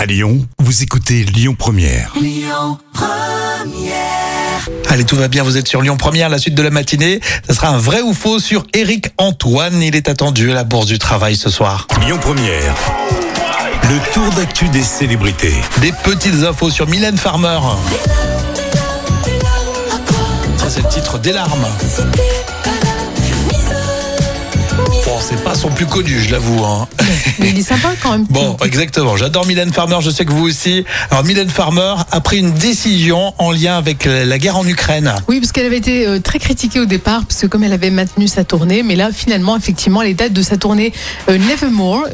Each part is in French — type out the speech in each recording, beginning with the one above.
À Lyon, vous écoutez Lyon Première. Lyon Première. Allez, tout va bien, vous êtes sur Lyon Première, la suite de la matinée. Ça sera un vrai ou faux sur Éric Antoine. Il est attendu à la Bourse du Travail ce soir. Lyon Première. Le tour d'actu des célébrités. Des petites infos sur Mylène Farmer. Ça, c'est le titre des larmes. Bon, c'est pas son plus connu, je l'avoue. Mais il est sympa quand même. Bon, exactement. J'adore Mylène Farmer, je sais que vous aussi. Alors, Mylène Farmer a pris une décision en lien avec la guerre en Ukraine. Oui, parce qu'elle avait été très critiquée au départ, parce que comme elle avait maintenu sa tournée, mais là, finalement, effectivement, les dates de sa tournée Nevermore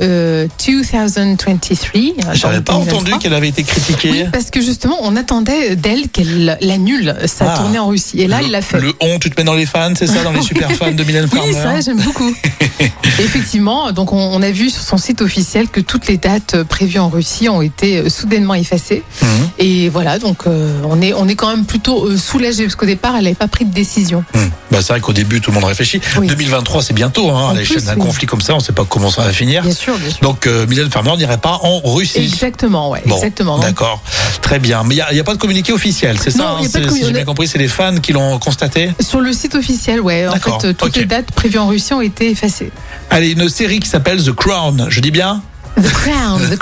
2023. J'avais pas entendu qu'elle avait été critiquée. Oui, parce que justement, on attendait d'elle qu'elle annule sa tournée en Russie. Et là, elle l'a fait. Le on, tu te mets dans les fans, c'est ça, dans les super fans de Mylène Farmer? Oui, ça, j'aime beaucoup. Et effectivement, donc on a vu sur son site officiel que toutes les dates prévues en Russie ont été soudainement effacées. Et voilà, donc on est quand même plutôt soulagé parce qu'au départ, elle n'avait pas pris de décision. Bah, c'est vrai qu'au début, tout le monde réfléchit. Oui. 2023, c'est bientôt, à l'échelle d'un conflit comme ça, on ne sait pas comment ça va finir. Bien sûr, bien sûr. Donc, Mylène Farmer n'irait pas en Russie. Exactement, ouais. Bon, exactement. D'accord, très bien. Mais il n'y a pas de communiqué officiel, c'est ça? Non, si j'ai bien compris, c'est les fans qui l'ont constaté? Sur le site officiel, ouais. En fait, toutes les dates prévues en Russie ont été effacées. Allez, une série qui s'appelle The Crown, je dis bien? The Crown. The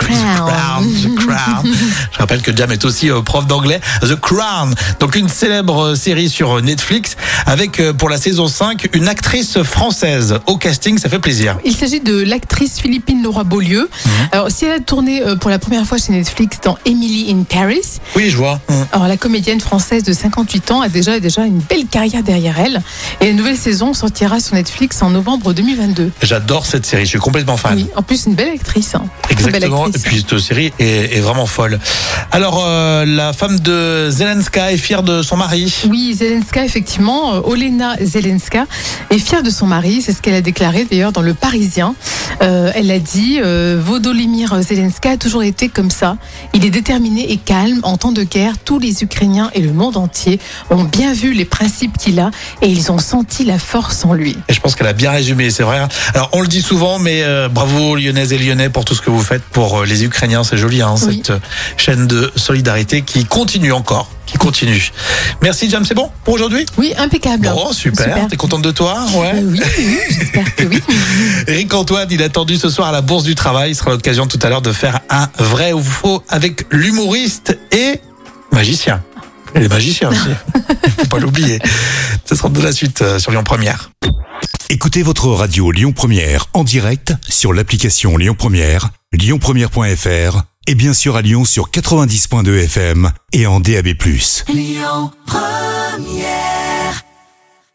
Crown. Je rappelle que Jam est aussi prof d'anglais. The Crown, donc une célèbre série sur Netflix avec pour la saison 5 une actrice française au casting, ça fait plaisir. Il s'agit de l'actrice philippine Laura Beaulieu. Alors si elle a tourné pour la première fois chez Netflix dans Emily in Paris. Oui, je vois. Alors la comédienne française de 58 ans a déjà une belle carrière derrière elle. Et la nouvelle saison sortira sur Netflix en novembre 2022. J'adore cette série, je suis complètement fan. Oui, en plus une belle actrice. Exactement, et puis cette série est vraiment folle. Alors, la femme de Zelenska est fière de son mari. Oui, Zelenska, effectivement, Olena Zelenska est fière de son mari, c'est ce qu'elle a déclaré d'ailleurs dans Le Parisien. Elle a dit, Volodymyr Zelenska a toujours été comme ça. Il est déterminé et calme en temps de guerre. Tous les Ukrainiens et le monde entier ont bien vu les principes qu'il a et ils ont senti la force en lui. Et je pense qu'elle a bien résumé, c'est vrai. Alors, on le dit souvent, mais bravo Lyonnaises et Lyonnais pour tout ce que vous faites pour les Ukrainiens, c'est joli, oui. Cette chaîne de solidarité qui continue encore, Merci Jam, c'est bon pour aujourd'hui? Oui, impeccable. Bon, super. T'es contente de toi? Ouais. Oui, j'espère que oui. Éric Antoine, il est attendu ce soir à la Bourse du Travail. Ce sera l'occasion tout à l'heure de faire un vrai ou faux avec l'humoriste et magicien. Et les magiciens aussi, faut pas l'oublier. Ce sera de la suite sur Lyon Première. Écoutez votre radio Lyon Première en direct sur l'application Lyon Première, lyonpremière.fr et bien sûr à Lyon sur 90.2 FM et en DAB+. Lyon Première.